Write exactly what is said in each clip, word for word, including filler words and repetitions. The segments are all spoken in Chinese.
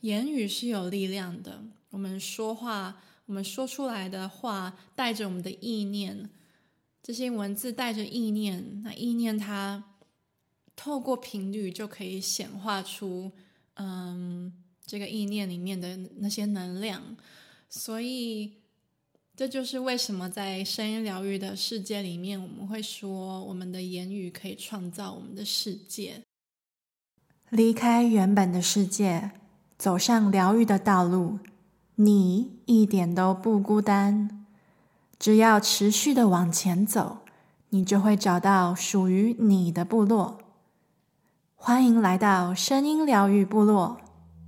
言语是有力量的，我们说话，我们说出来的话带着我们的意念，这些文字带着意念，那意念它透过频率就可以显化出嗯这个意念里面的那些能量。所以这就是为什么在声音疗愈的世界里面，我们会说我们的言语可以创造我们的世界。 离开原本的世界，走上疗愈的道路，你一点都不孤单。只要持续的往前走，你就会找到属于你的部落。欢迎来到声音疗愈部落。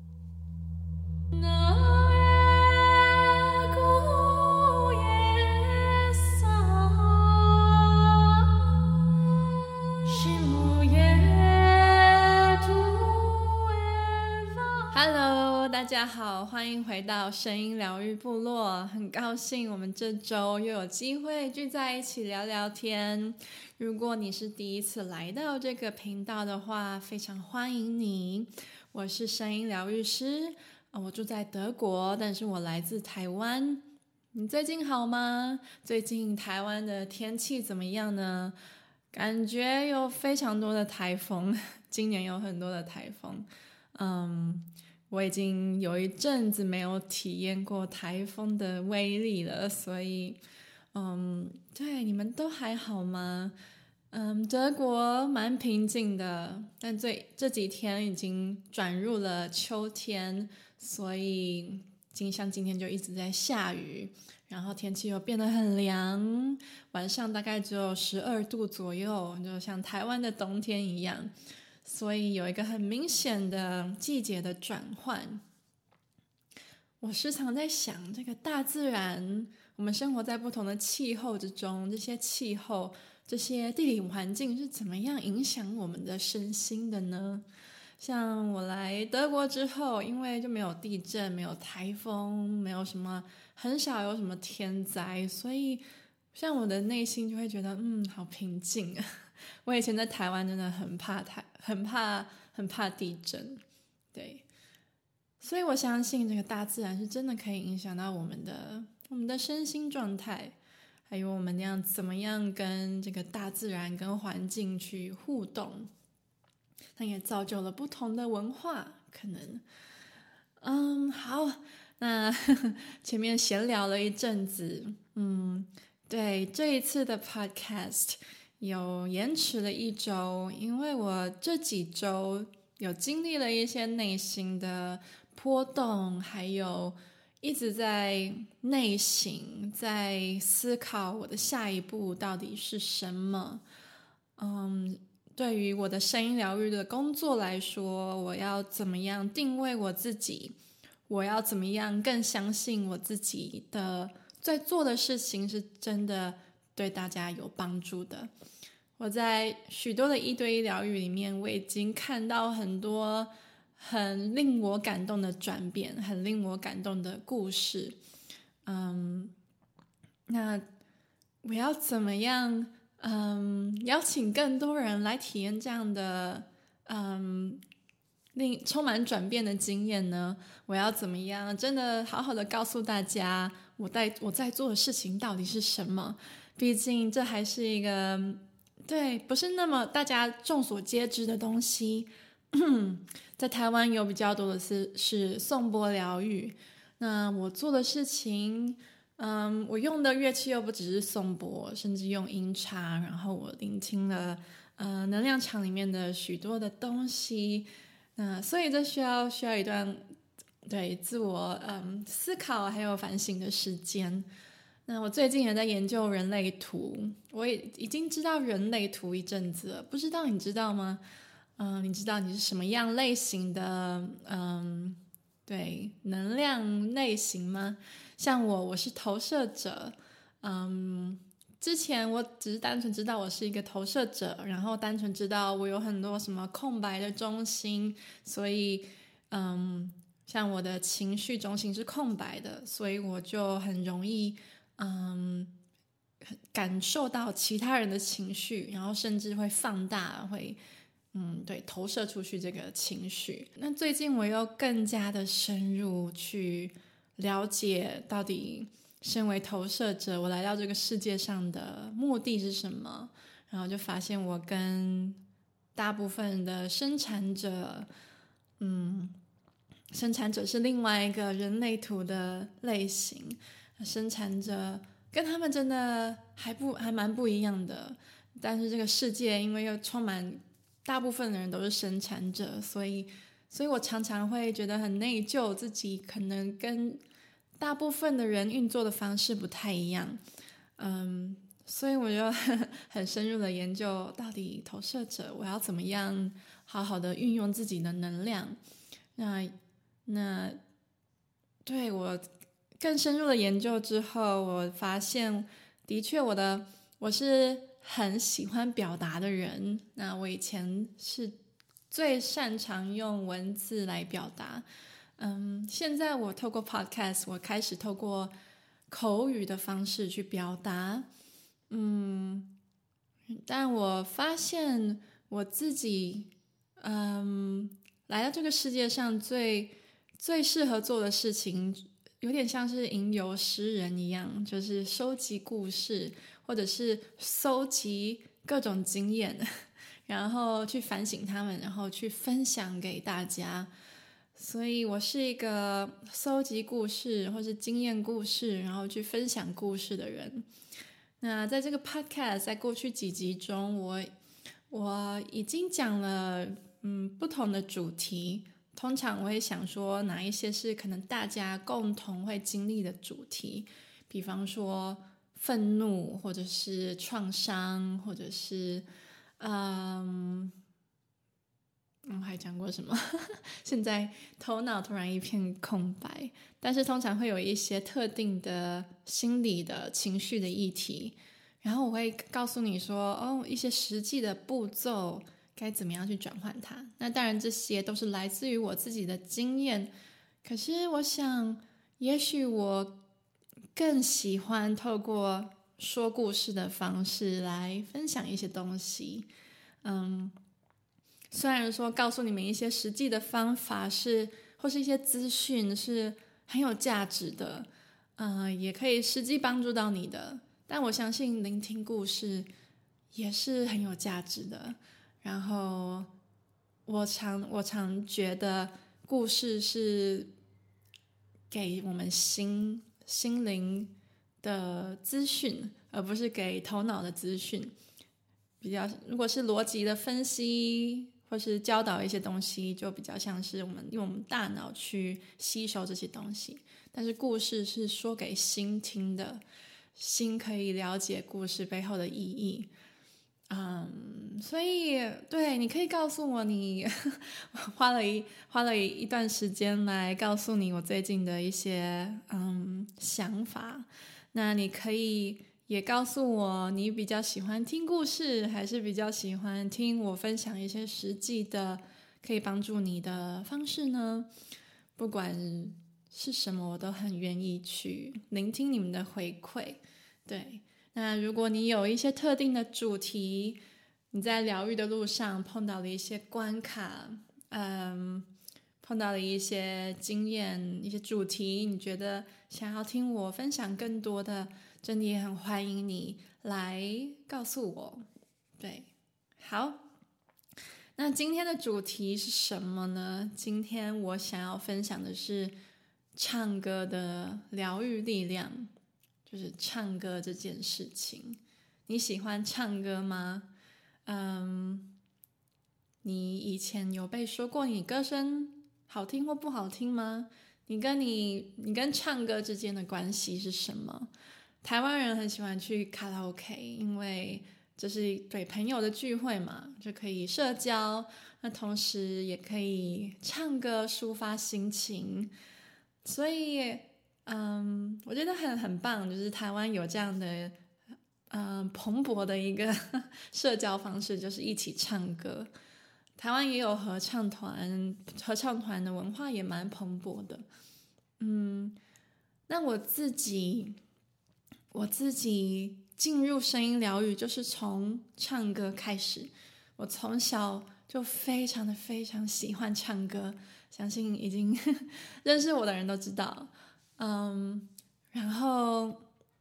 Hello， 大家好，欢迎回到声音疗愈部落。很高兴我们这周又有机会聚在一起聊聊天。如果你是第一次来到这个频道的话，非常欢迎你。我是声音疗愈师，我住在德国，但是我来自台湾。你最近好吗？最近台湾的天气怎么样呢？感觉有非常多的台风，今年有很多的台风。嗯，我已经有一阵子没有体验过台风的威力了，所以嗯，对，你们都还好吗？嗯，德国蛮平静的，但最这几天已经转入了秋天，所以今像今天就一直在下雨，然后天气又变得很凉，晚上大概只有十二度左右，就像台湾的冬天一样。所以有一个很明显的季节的转换。我时常在想，这个大自然，我们生活在不同的气候之中，这些气候，这些地理环境是怎么样影响我们的身心的呢？像我来德国之后，因为就没有地震，没有台风，没有什么，很少有什么天灾，所以像我的内心就会觉得，嗯，好平静啊。我以前在台湾真的很怕台，很怕很怕地震，对，所以我相信这个大自然是真的可以影响到我们的我们的身心状态，还有我们那样怎么样跟这个大自然跟环境去互动，它也造就了不同的文化可能。嗯，好，那呵呵前面闲聊了一阵子，嗯，对，这一次的 podcast有延迟了一周，因为我这几周有经历了一些内心的波动，还有一直在内省，在思考我的下一步到底是什么。嗯，对于我的声音疗愈的工作来说，我要怎么样定位我自己？我要怎么样更相信我自己的在做的事情是真的对大家有帮助的。我在许多的一对一疗愈里面，我已经看到很多很令我感动的转变，很令我感动的故事。嗯，那我要怎么样嗯邀请更多人来体验这样的嗯令充满转变的经验呢？我要怎么样真的好好的告诉大家我在我在做的事情到底是什么？毕竟这还是一个对不是那么大家众所皆知的东西。在台湾有比较多的是是颂钵疗愈，那我做的事情嗯，我用的乐器又不只是颂钵，甚至用音叉，然后我聆听了呃能量场里面的许多的东西，那所以这需要需要一段对自我嗯思考还有反省的时间。那我最近也在研究人类图，我也已经知道人类图一阵子了，不知道你知道吗？嗯，你知道你是什么样类型的嗯对能量类型吗？像我我是投射者，嗯，之前我只是单纯知道我是一个投射者，然后单纯知道我有很多什么空白的中心，所以嗯，像我的情绪中心是空白的，所以我就很容易嗯感受到其他人的情绪，然后甚至会放大，会嗯，对，投射出去这个情绪。那最近我又更加的深入去了解，到底身为投射者，我来到这个世界上的目的是什么？然后就发现我跟大部分的生产者，嗯，生产者是另外一个人类图的类型，生产者跟他们真的还不还蛮不一样的。但是这个世界因为又充满大部分的人都是生产者，所以所以我常常会觉得很内疚，自己可能跟大部分的人运作的方式不太一样。嗯，所以我就很深入的研究，到底投射者我要怎么样好好的运用自己的能量。那那对我更深入的研究之后，我发现的确我的我是很喜欢表达的人。那我以前是最擅长用文字来表达，嗯，现在我透过 podcast， 我开始透过口语的方式去表达，嗯，但我发现我自己，嗯，来到这个世界上最最适合做的事情，有点像是吟游诗人一样，就是收集故事，或者是搜集各种经验，然后去反省他们，然后去分享给大家。所以我是一个搜集故事或是经验故事，然后去分享故事的人。那在这个 podcast 在过去几集中，我我已经讲了嗯不同的主题。通常我会想说哪一些是可能大家共同会经历的主题，比方说愤怒，或者是创伤，或者是嗯嗯还讲过什么现在头脑突然一片空白。但是通常会有一些特定的心理的情绪的议题，然后我会告诉你说哦一些实际的步骤该怎么样去转换它。那当然这些都是来自于我自己的经验，可是我想也许我更喜欢透过说故事的方式来分享一些东西。嗯，虽然说告诉你们一些实际的方法是或是一些资讯是很有价值的，嗯，也可以实际帮助到你的，但我相信聆听故事也是很有价值的。然后我常我常觉得故事是给我们心心灵的资讯，而不是给头脑的资讯。比较如果是逻辑的分析或是教导一些东西，就比较像是我们用我们大脑去吸收这些东西。但是故事是说给心听的，心可以了解故事背后的意义。嗯，所以对，你可以告诉我你花了一花了一段时间来告诉你我最近的一些嗯想法。那你可以也告诉我你比较喜欢听故事，还是比较喜欢听我分享一些实际的可以帮助你的方式呢？不管是什么，我都很愿意去聆听你们的回馈。对，那如果你有一些特定的主题，你在疗愈的路上碰到了一些关卡，嗯，碰到了一些经验，一些主题，你觉得想要听我分享更多的，真的也很欢迎你来告诉我。对，好，那今天的主题是什么呢？今天我想要分享的是唱歌的疗愈力量，就是唱歌这件事情。你喜欢唱歌吗？嗯，你以前有被说过你歌声好听或不好听吗？你跟你你跟唱歌之间的关系是什么？台湾人很喜欢去卡拉 OK， 因为这是对朋友的聚会嘛，就可以社交，那同时也可以唱歌抒发心情。所以嗯，我觉得很很棒，就是台湾有这样的嗯蓬勃的一个社交方式，就是一起唱歌。台湾也有合唱团，合唱团的文化也蛮蓬勃的。嗯，那我自己我自己进入声音疗愈就是从唱歌开始。我从小就非常的非常喜欢唱歌，相信已经认识我的人都知道。嗯，然后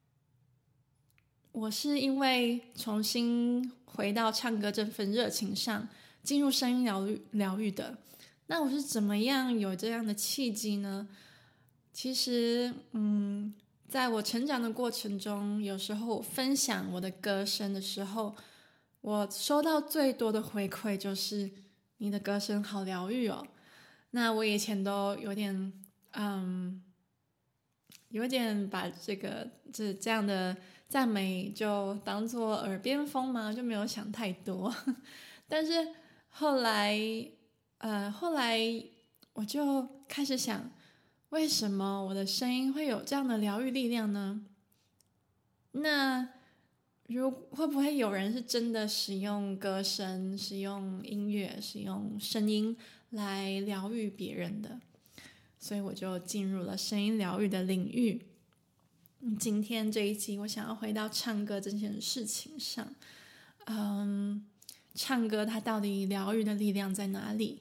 我是因为重新回到唱歌这份热情上，进入声音疗愈疗愈的。那我是怎么样有这样的契机呢？其实，嗯，在我成长的过程中，有时候我分享我的歌声的时候，我收到最多的回馈就是你的歌声好疗愈哦。那我以前都有点，嗯，有点把这个这这样的赞美就当作耳边风嘛，就没有想太多。但是后来，呃，后来我就开始想，为什么我的声音会有这样的疗愈力量呢？那如会不会有人是真的使用歌声、使用音乐、使用声音来疗愈别人的？所以我就进入了声音疗愈的领域。今天这一集，我想要回到唱歌这件事情上。嗯，唱歌它到底疗愈的力量在哪里？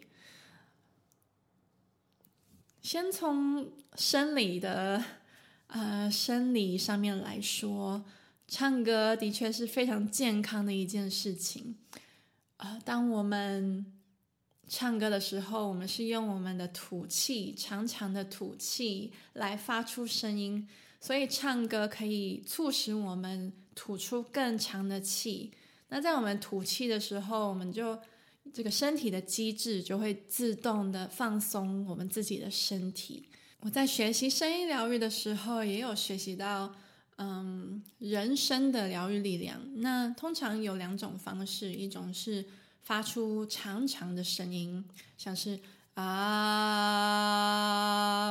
先从生理的呃生理上面来说，唱歌的确是非常健康的一件事情。呃，当我们唱歌的时候，我们是用我们的吐气，长长的吐气来发出声音，所以唱歌可以促使我们吐出更长的气。那在我们吐气的时候，我们就这个身体的机制就会自动的放松我们自己的身体。我在学习声音疗愈的时候，也有学习到嗯人声的疗愈力量。那通常有两种方式，一种是发出长长的声音，像是啊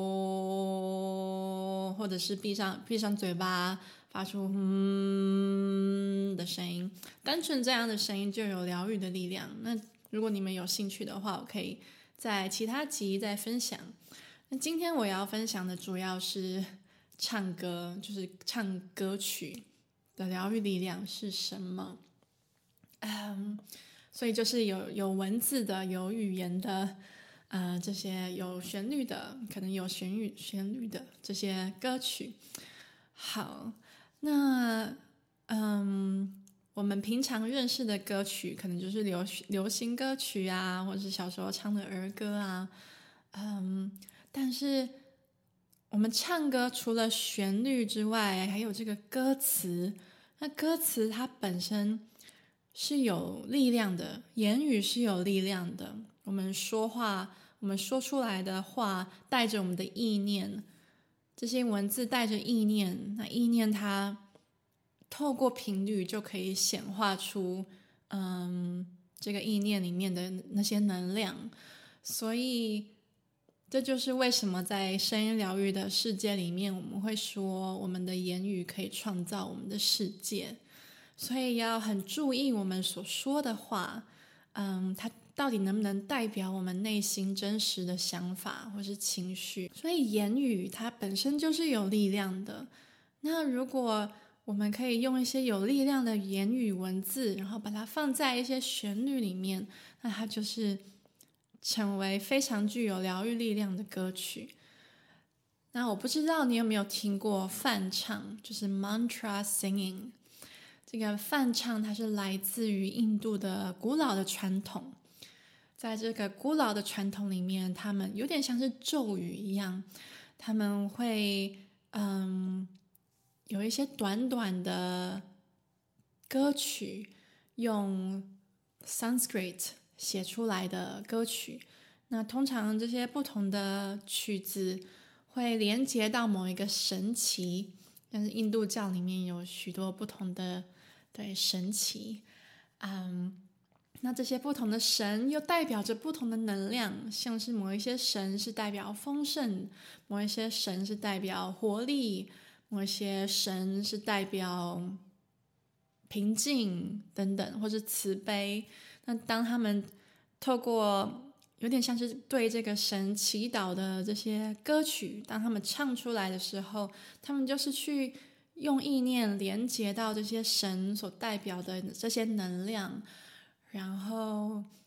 哦，或者是闭上闭上嘴巴发出嗯的声音，单纯这样的声音就有疗愈的力量。那如果你们有兴趣的话，我可以在其他集再分享。那今天我要分享的主要是唱歌，就是唱歌曲的疗愈力量是什么？嗯，所以就是有有文字的，有语言的，呃，这些有旋律的，可能有旋律旋律的这些歌曲。好，那嗯，我们平常认识的歌曲，可能就是流流行歌曲啊，或者是小时候唱的儿歌啊，嗯，但是我们唱歌除了旋律之外，还有这个歌词。那歌词它本身是有力量的，言语是有力量的。我们说话，我们说出来的话带着我们的意念，这些文字带着意念，那意念它透过频率就可以显化出嗯这个意念里面的那些能量。所以这就是为什么在声音疗愈的世界里面，我们会说我们的言语可以创造我们的世界。所以要很注意我们所说的话，嗯，它到底能不能代表我们内心真实的想法或是情绪。所以言语它本身就是有力量的。那如果我们可以用一些有力量的言语文字，然后把它放在一些旋律里面，那它就是成为非常具有疗愈力量的歌曲。那我不知道你有没有听过梵唱，就是 mantra singing。这个梵唱它是来自于印度的古老的传统，在这个古老的传统里面，他们有点像是咒语一样，他们会嗯有一些短短的歌曲，用 Sanskrit 写出来的歌曲。那通常这些不同的曲子会连接到某一个神祇，但是印度教里面有许多不同的对神祇，嗯，那这些不同的神又代表着不同的能量，像是某一些神是代表丰盛，某一些神是代表活力，某一些神是代表平静等等，或是慈悲。那当他们透过有点像是对这个神祈祷的这些歌曲，当他们唱出来的时候，他们就是去用意念连接到这些神所代表的这些能量，然后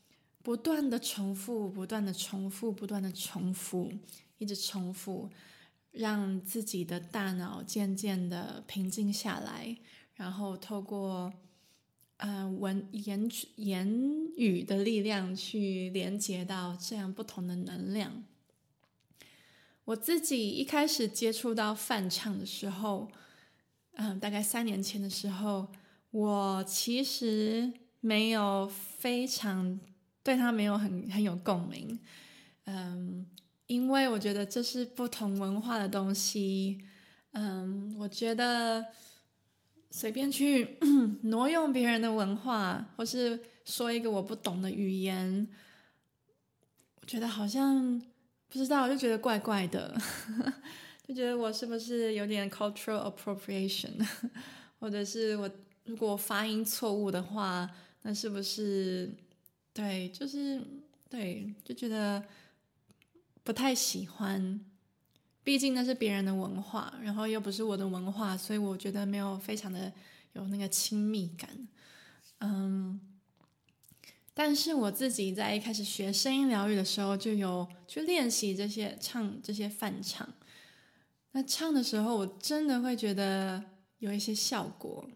不断的重复，不断的重复，不断的重复，一直重复，让自己的大脑渐渐的平静下来，然后透过呃文言言语的力量去连接到这样不同的能量。我自己一开始接触到梵唱的时候，嗯，大概三年前的时候，我其实没有非常对它没有很很有共鸣，嗯，因为我觉得这是不同文化的东西，嗯，我觉得随便去挪用别人的文化，或是说一个我不懂的语言，我觉得好像不知道，我就觉得怪怪的，就觉得我是不是有点 cultural appropriation， 或者是我如果发音错误的话，那是不是对，就是对，就觉得不太喜欢。毕竟那是别人的文化，然后又不是我的文化，所以我觉得没有非常的有那个亲密感。嗯，但是我自己在一开始学声音疗愈的时候，就有去练习这些唱这些梵唱。那唱的时候，我真的会觉得有一些效果。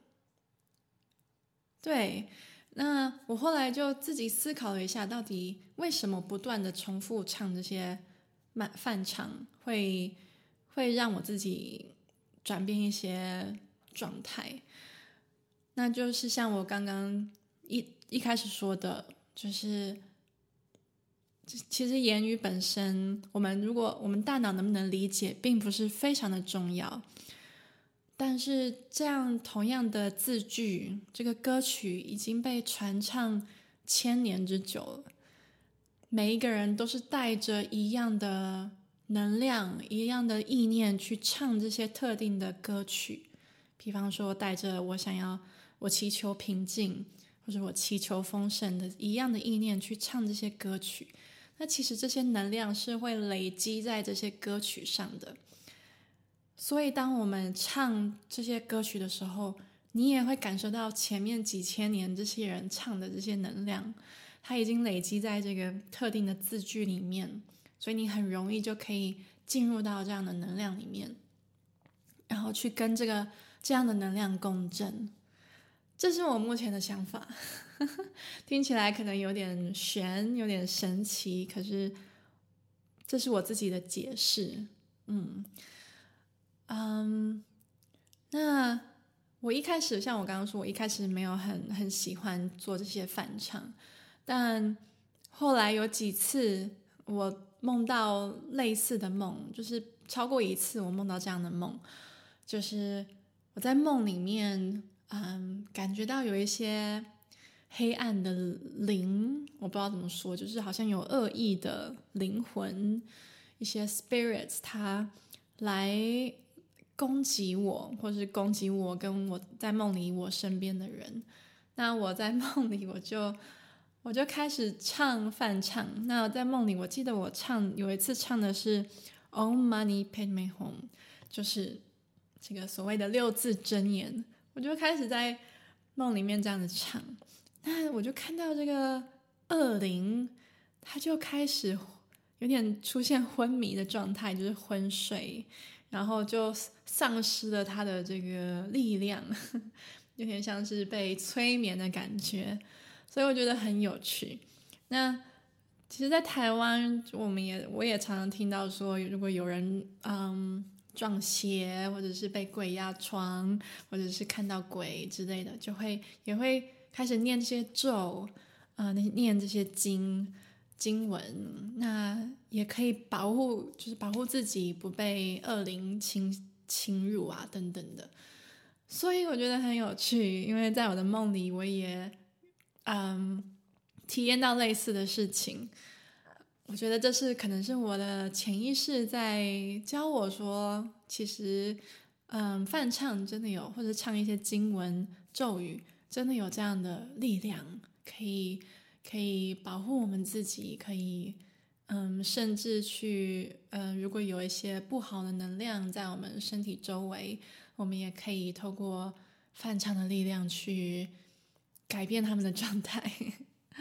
对，那我后来就自己思考了一下，到底为什么不断的重复唱这些梵唱会会让我自己转变一些状态？那就是像我刚刚一一开始说的，就是其实言语本身，我们如果我们大脑能不能理解，并不是非常的重要。但是这样同样的字句，这个歌曲已经被传唱千年之久了。每一个人都是带着一样的能量、一样的意念去唱这些特定的歌曲。比方说，带着我想要、我祈求平静，或者我祈求丰盛的一样的意念去唱这些歌曲。那其实这些能量是会累积在这些歌曲上的。所以当我们唱这些歌曲的时候，你也会感受到前面几千年这些人唱的这些能量，它已经累积在这个特定的字句里面，所以你很容易就可以进入到这样的能量里面，然后去跟这个这样的能量共振。这是我目前的想法听起来可能有点玄，有点神奇，可是这是我自己的解释。嗯嗯，那我一开始像我刚刚说，我一开始没有很很喜欢做这些梵唱，但后来有几次我梦到类似的梦，就是超过一次我梦到这样的梦，就是我在梦里面嗯，感觉到有一些黑暗的灵，我不知道怎么说，就是好像有恶意的灵魂，一些 spirits 它来攻击我，或是攻击我跟我在梦里我身边的人。那我在梦里我就我就开始唱梵唱。那在梦里我记得我唱有一次唱的是 Om Mani Padme Hum， 就是这个所谓的六字真言。我就开始在梦里面这样子唱，那我就看到这个恶灵，他就开始有点出现昏迷的状态，就是昏睡，然后就丧失了他的这个力量，有点像是被催眠的感觉，所以我觉得很有趣。那其实在台湾我们也我也常常听到说，如果有人嗯撞邪，或者是被鬼压床，或者是看到鬼之类的，就会也会开始念这些咒，呃，念这些经经文，那也可以保护，就是保护自己不被恶灵侵侵入啊，等等的。所以我觉得很有趣，因为在我的梦里，我也嗯体验到类似的事情。我觉得这是可能是我的潜意识在教我说，其实，嗯，梵唱真的有，或者唱一些经文咒语，真的有这样的力量，可以可以保护我们自己，可以，嗯，甚至去，嗯，如果有一些不好的能量在我们身体周围，我们也可以透过梵唱的力量去改变他们的状态。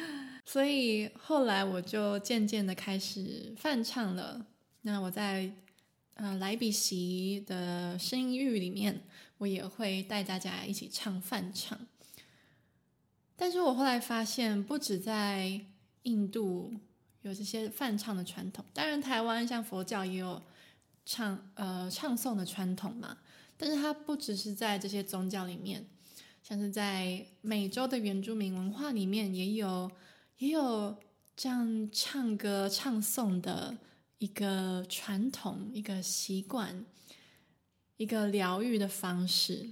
所以后来我就渐渐的开始泛唱了。那我在呃莱比锡的声音域里面，我也会带大家一起唱泛唱。但是我后来发现，不止在印度有这些泛唱的传统，当然台湾像佛教也有唱呃唱诵的传统嘛，但是它不只是在这些宗教里面，像是在美洲的原住民文化里面也有也有这样唱歌唱诵的一个传统，一个习惯，一个疗愈的方式。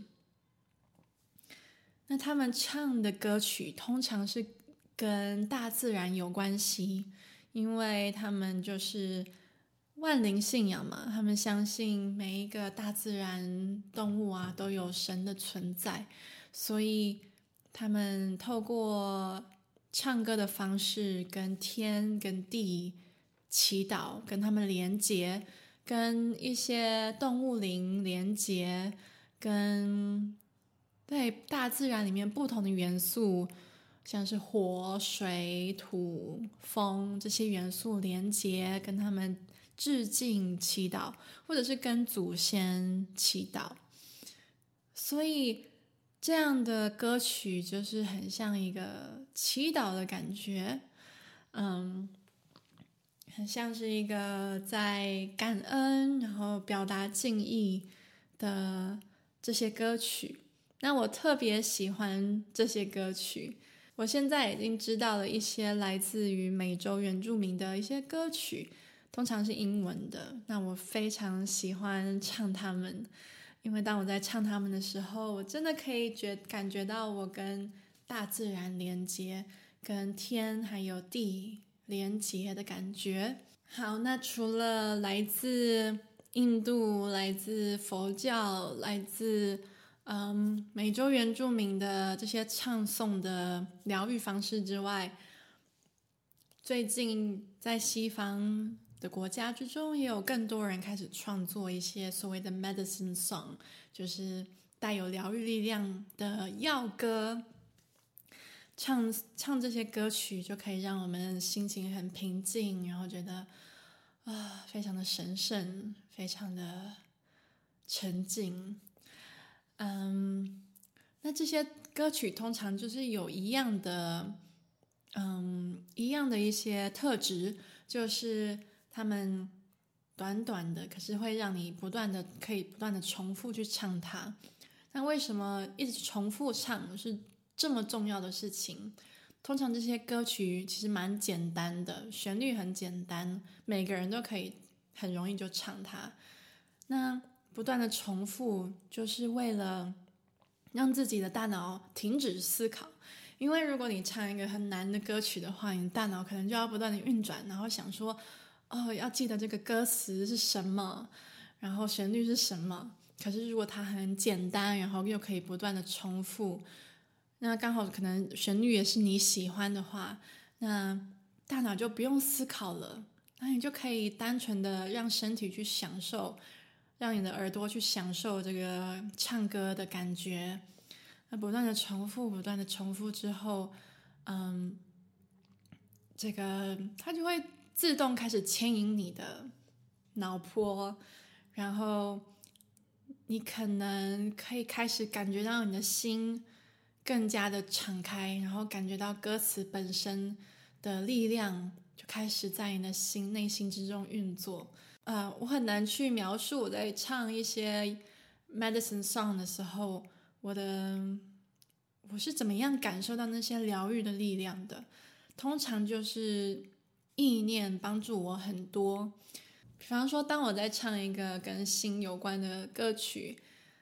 那他们唱的歌曲通常是跟大自然有关系，因为他们就是万灵信仰嘛，他们相信每一个大自然动物啊都有神的存在，所以他们透过唱歌的方式跟天跟地祈祷，跟他们连结，跟一些动物灵连结，跟对大自然里面不同的元素，像是火、水、土、风这些元素连结，跟他们致敬祈祷，或者是跟祖先祈祷。所以这样的歌曲就是很像一个祈祷的感觉，嗯，很像是一个在感恩然后表达敬意的这些歌曲。那我特别喜欢这些歌曲，我现在已经知道了一些来自于美洲原住民的一些歌曲，通常是英文的。那我非常喜欢唱他们，因为当我在唱他们的时候，我真的可以觉感觉到我跟大自然连接，跟天还有地连接的感觉。好，那除了来自印度、来自佛教、来自嗯，美洲原住民的这些唱诵的疗愈方式之外，最近在西方的国家之中，也有更多人开始创作一些所谓的 medicine song， 就是带有疗愈力量的药歌。唱唱这些歌曲就可以让我们心情很平静，然后觉得啊，非常的神圣，非常的沉静。嗯，那这些歌曲通常就是有一样的，嗯，一样的一些特质，就是他们短短的，可是会让你不断的可以不断的重复去唱它。那为什么一直重复唱是这么重要的事情？通常这些歌曲其实蛮简单的，旋律很简单，每个人都可以很容易就唱它。那不断的重复就是为了让自己的大脑停止思考，因为如果你唱一个很难的歌曲的话，你大脑可能就要不断的运转，然后想说哦，要记得这个歌词是什么，然后旋律是什么。可是如果它很简单，然后又可以不断的重复，那刚好可能旋律也是你喜欢的话，那大脑就不用思考了，那你就可以单纯的让身体去享受，让你的耳朵去享受这个唱歌的感觉。那不断的重复不断的重复之后，嗯，这个它就会自动开始牵引你的脑波，然后你可能可以开始感觉到你的心更加的敞开，然后感觉到歌词本身的力量就开始在你的心内心之中运作。呃，我很难去描述我在唱一些 medicine song 的时候，我的我是怎么样感受到那些疗愈的力量的。通常就是意念帮助我很多。比方说，当我在唱一个跟心有关的歌曲，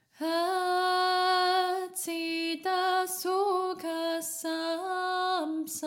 哈吉达苏卡桑桑，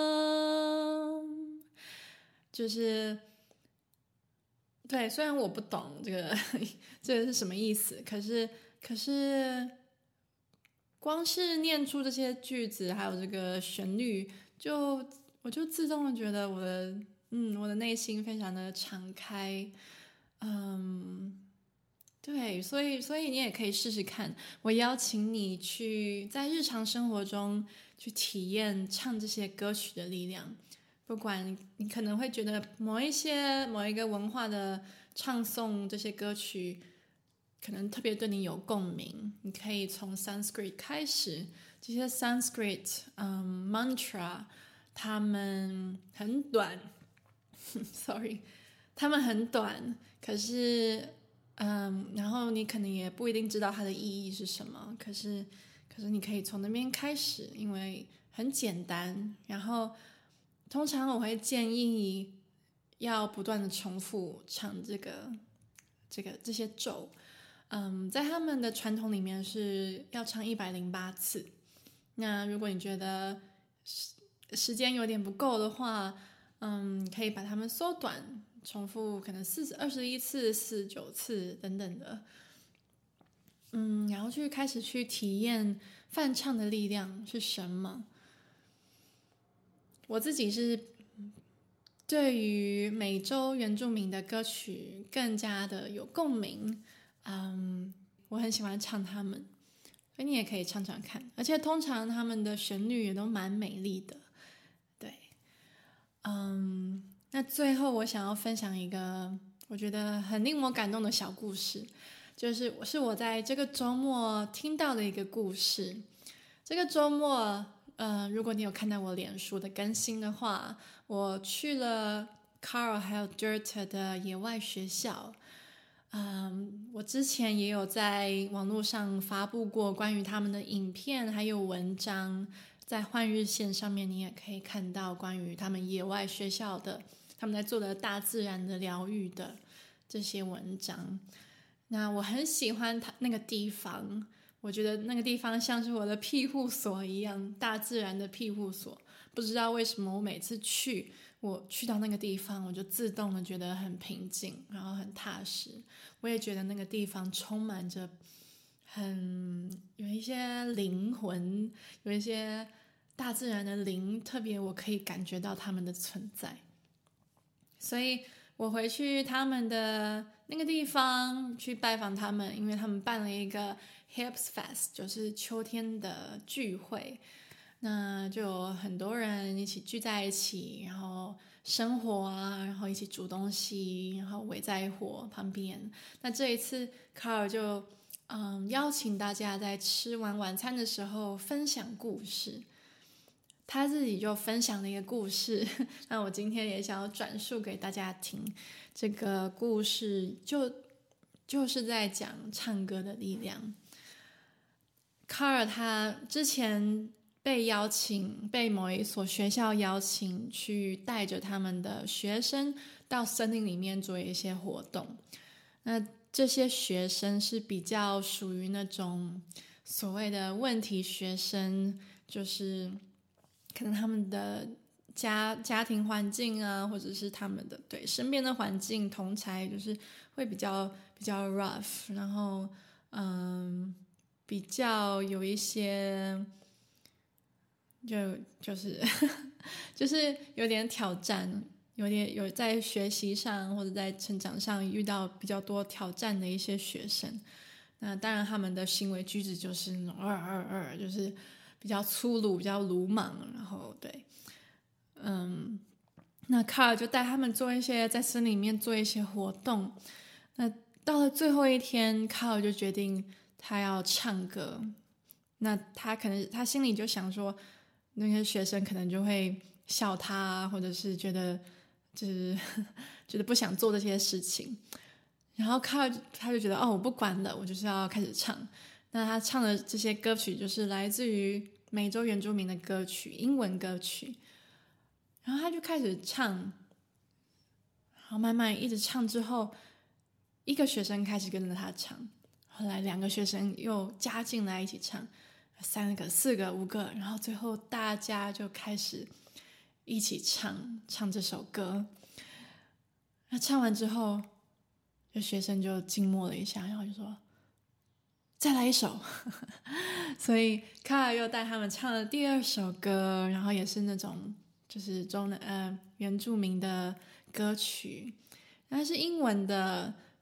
就是对，虽然我不懂这个这个是什么意思，可是可是光是念出这些句子，还有这个旋律，就我就自动的觉得我的嗯我的内心非常的敞开，嗯，对， 对，所以所以你也可以试试看。我邀请你去在日常生活中去体验唱这些歌曲的力量。不管你可能会觉得某一些某一个文化的唱诵这些歌曲可能特别对你有共鸣，你可以从 Sanskrit 开始。这些 Sanskrit 嗯 mantra 他们很短sorry 他们很短，可是嗯，然后你可能也不一定知道它的意义是什么，可是可是你可以从那边开始，因为很简单。然后通常我会建议要不断的重复唱这个这个这些咒。嗯，在他们的传统里面是要唱一百零八次。那如果你觉得时间有点不够的话，嗯，可以把它们缩短，重复可能四十二十一次、四十九次等等的。嗯，然后去开始去体验泛唱的力量是什么。我自己是对于美洲原住民的歌曲更加的有共鸣，嗯，我很喜欢唱他们，所以你也可以唱唱看。而且通常他们的旋律也都蛮美丽的，对，嗯，那最后我想要分享一个我觉得很令我感动的小故事，就是是我在这个周末听到的一个故事。这个周末呃，如果你有看到我脸书的更新的话，我去了 Carl 还有 Dirt 的野外学校。嗯，我之前也有在网络上发布过关于他们的影片还有文章，在换日线上面你也可以看到关于他们野外学校的他们在做的大自然的疗愈的这些文章。那我很喜欢它那个地方，我觉得那个地方像是我的庇护所一样，大自然的庇护所。不知道为什么我每次去我去到那个地方，我就自动的觉得很平静，然后很踏实。我也觉得那个地方充满着很有一些灵魂，有一些大自然的灵，特别我可以感觉到他们的存在。所以我回去他们的那个地方去拜访他们，因为他们办了一个 Hips Fest， 就是秋天的聚会。那就有很多人一起聚在一起，然后生火啊，然后一起煮东西，然后围在火旁边。那这一次卡尔就嗯邀请大家在吃完晚餐的时候分享故事，他自己就分享了一个故事，那我今天也想要转述给大家听。这个故事就就是在讲唱歌的力量。卡尔他之前被邀请，被某一所学校邀请去带着他们的学生到森林里面做一些活动。那这些学生是比较属于那种所谓的问题学生，就是可能他们的家家庭环境啊，或者是他们的对身边的环境同侪，就是会比较比较 rough， 然后嗯，比较有一些就就是就是有点挑战，有点有在学习上或者在成长上遇到比较多挑战的一些学生。那当然他们的行为举止就是那种二二二，就是比较粗鲁比较鲁莽，然后对嗯，那卡尔就带他们做一些在森林里面做一些活动。那到了最后一天，卡尔就决定他要唱歌。那他可能他心里就想说，那些学生可能就会笑他，或者是觉得就是觉得不想做这些事情。然后卡尔他就觉得哦，我不管了，我就是要开始唱。那他唱的这些歌曲就是来自于美洲原住民的歌曲，英文歌曲。然后他就开始唱，然后慢慢一直唱之后，一个学生开始跟着他唱，后来两个学生又加进来一起唱，三个、四个、五个，然后最后大家就开始一起唱唱这首歌。那唱完之后，这学生就静默了一下，然后就说再来一首所以卡尔又带他们唱了第二首歌，然后也是那种就是中呃原住民的歌曲，它是英文的，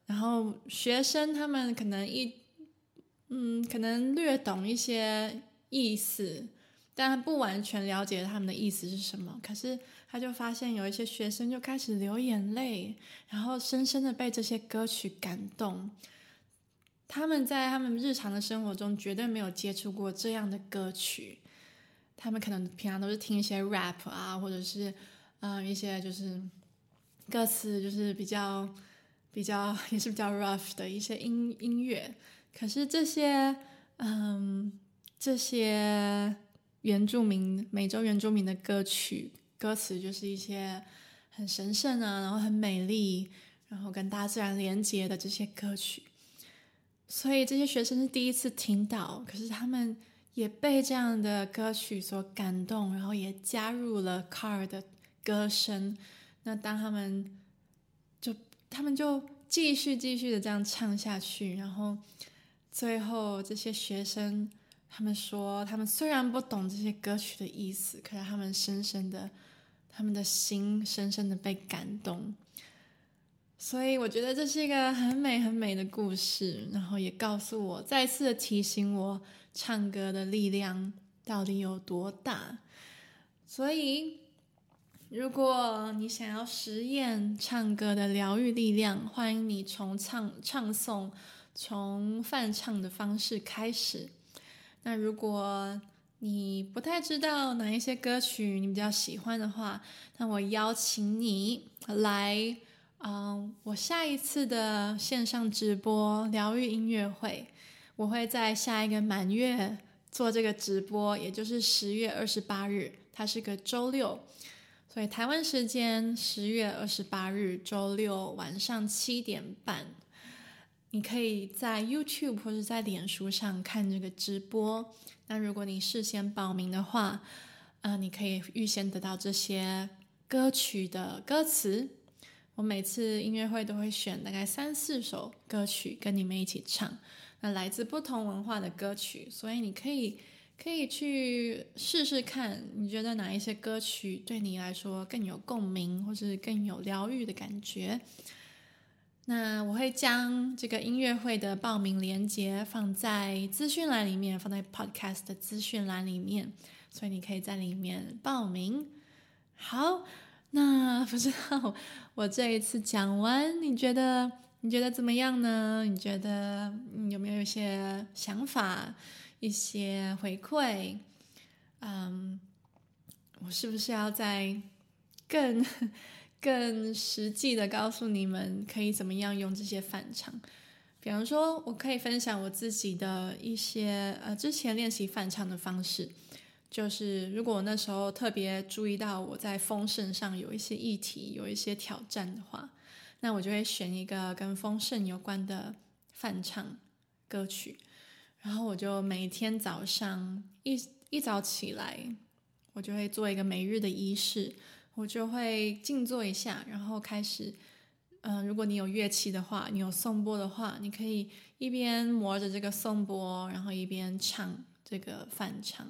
然后学生他们可能一嗯可能略懂一些意思，但不完全了解他们的意思是什么。可是他就发现有一些学生就开始流眼泪，然后深深的被这些歌曲感动。他们在他们日常的生活中绝对没有接触过这样的歌曲，他们可能平常都是听一些 rap 啊，或者是嗯一些就是歌词就是比较比较也是比较 rough 的一些音音乐。可是这些嗯这些原住民美洲原住民的歌曲歌词就是一些很神圣啊，然后很美丽，然后跟大自然连接的这些歌曲。所以这些学生是第一次听到，可是他们也被这样的歌曲所感动，然后也加入了 Car 的歌声。那当他们就他们就继续继续的这样唱下去，然后最后这些学生他们说，他们虽然不懂这些歌曲的意思，可是他们深深的他们的心深深的被感动。所以我觉得这是一个很美很美的故事，然后也告诉我，再次的提醒我唱歌的力量到底有多大。所以如果你想要实验唱歌的疗愈力量，欢迎你从唱唱诵从泛唱的方式开始。那如果你不太知道哪一些歌曲你比较喜欢的话，那我邀请你来嗯，我下一次的线上直播疗愈音乐会，我会在下一个满月做这个直播，也就是十月二十八日，它是个周六，所以台湾时间十月二十八日周六晚上七点半，你可以在 YouTube 或者在脸书上看这个直播。那如果你事先报名的话，呃，你可以预先得到这些歌曲的歌词。我每次音乐会都会选大概三四首歌曲跟你们一起唱，那来自不同文化的歌曲，所以你可以可以去试试看，你觉得哪一些歌曲对你来说更有共鸣，或是更有疗愈的感觉。那我会将这个音乐会的报名链接放在资讯栏里面，放在 podcast 的资讯栏里面，所以你可以在里面报名。好，那不知道我这一次讲完，你觉得你觉得怎么样呢？你觉得你有没有一些想法，一些回馈？嗯，我是不是要再更更实际的告诉你们可以怎么样用这些反唱？比方说我可以分享我自己的一些呃之前练习反唱的方式。就是如果我那时候特别注意到我在丰盛上有一些议题，有一些挑战的话，那我就会选一个跟丰盛有关的泛唱歌曲，然后我就每天早上一一早起来，我就会做一个每日的仪式，我就会静坐一下，然后开始嗯、呃，如果你有乐器的话，你有颂钵的话，你可以一边磨着这个颂钵，然后一边唱这个泛唱。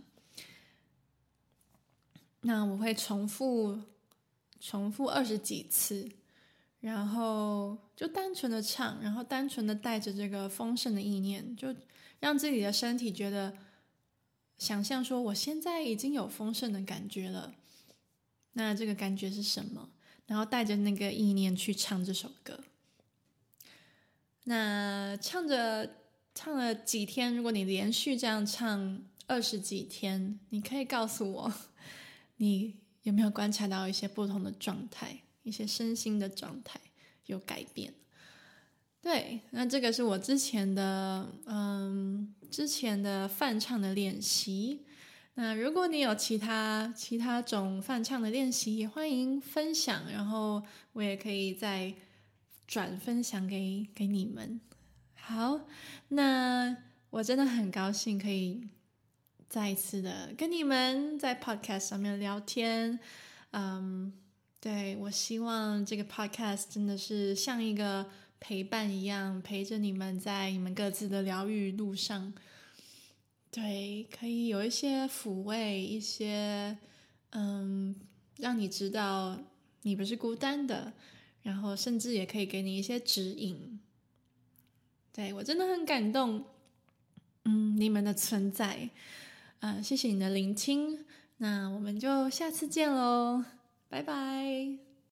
那我会重复重复二十几次，然后就单纯的唱，然后单纯的带着这个丰盛的意念，就让自己的身体觉得想象说我现在已经有丰盛的感觉了，那这个感觉是什么？然后带着那个意念去唱这首歌。那唱着唱了几天，如果你连续这样唱二十几天，你可以告诉我你有没有观察到一些不同的状态，一些身心的状态有改变？对，那这个是我之前的嗯之前的泛唱的练习。那如果你有其他其他种泛唱的练习，也欢迎分享，然后我也可以再转分享给给你们。好，那我真的很高兴可以再一次的跟你们在 podcast 上面聊天。嗯，对，我希望这个 podcast 真的是像一个陪伴一样，陪着你们在你们各自的疗愈路上。对，可以有一些抚慰，一些嗯，让你知道你不是孤单的，然后甚至也可以给你一些指引。 对，我真的很感动，嗯，你们的存在，呃，谢谢你的聆听，那我们就下次见喽，拜拜。